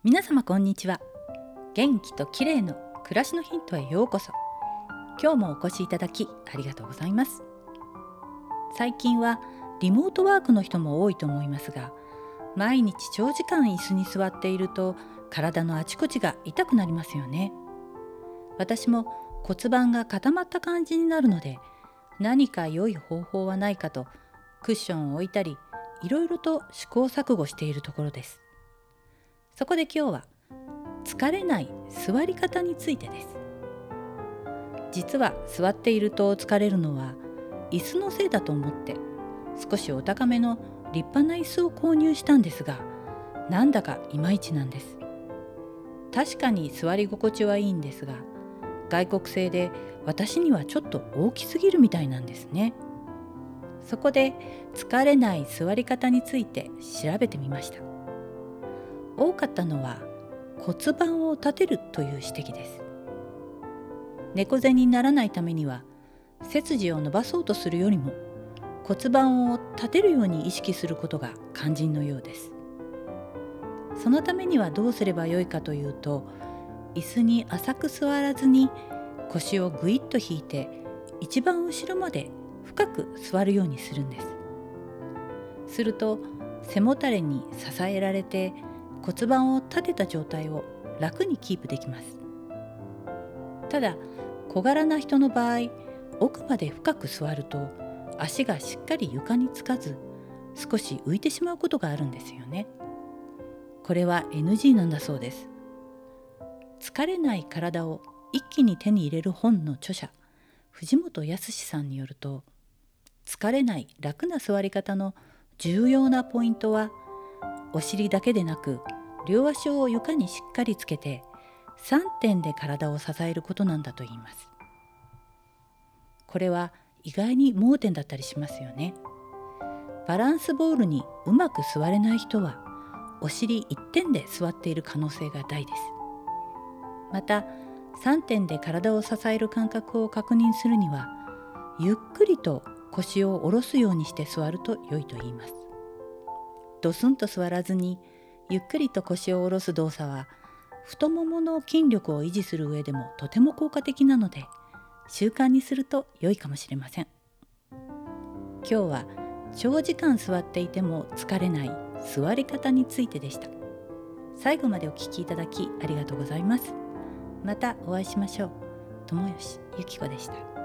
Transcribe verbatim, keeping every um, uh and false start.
皆様こんにちは。元気と綺麗の暮らしのヒントへようこそ。今日もお越しいただきありがとうございます。最近はリモートワークの人も多いと思いますが、毎日長時間椅子に座っていると体のあちこちが痛くなりますよね。私も骨盤が固まった感じになるので、何か良い方法はないかとクッションを置いたり、いろいろと試行錯誤しているところです。そこで今日は疲れない座り方についてです。実は座っていると疲れるのは椅子のせいだと思って、少しお高めの立派な椅子を購入したんですが、なんだかいまいちなんです。確かに座り心地はいいんですが、外国製で私にはちょっと大きすぎるみたいなんですね。そこで疲れない座り方について調べてみました。多かったのは骨盤を立てるという指摘です。猫背にならないためには背筋を伸ばそうとするよりも骨盤を立てるように意識することが肝心のようです。そのためにはどうすればよいかというと、椅子に浅く座らずに腰をぐいっと引いて一番後ろまで深く座るようにするんです。すると背もたれに支えられて骨盤を立てた状態を楽にキープできます。ただ小柄な人の場合、奥まで深く座ると足がしっかり床につかず、少し浮いてしまうことがあるんですよね。これは エヌジー なんだそうです。疲れない体を一気に手に入れる本の著者、藤本康さんによると、疲れない楽な座り方の重要なポイントは、お尻だけでなく両足を床にしっかりつけてさんてんで体を支えることなんだと言います。これは意外に盲点だったりしますよね。バランスボールにうまく座れない人はお尻いってんで座っている可能性が大です。またさんてんで体を支える感覚を確認するには、ゆっくりと腰を下ろすようにして座ると良いと言います。ドスンと座らずにゆっくりと腰を下ろす動作は、太ももの筋力を維持する上でもとても効果的なので、習慣にすると良いかもしれません。今日は長時間座っていても疲れない座り方についてでした。最後までお聞きいただきありがとうございます。またお会いしましょう。友吉ゆき子でした。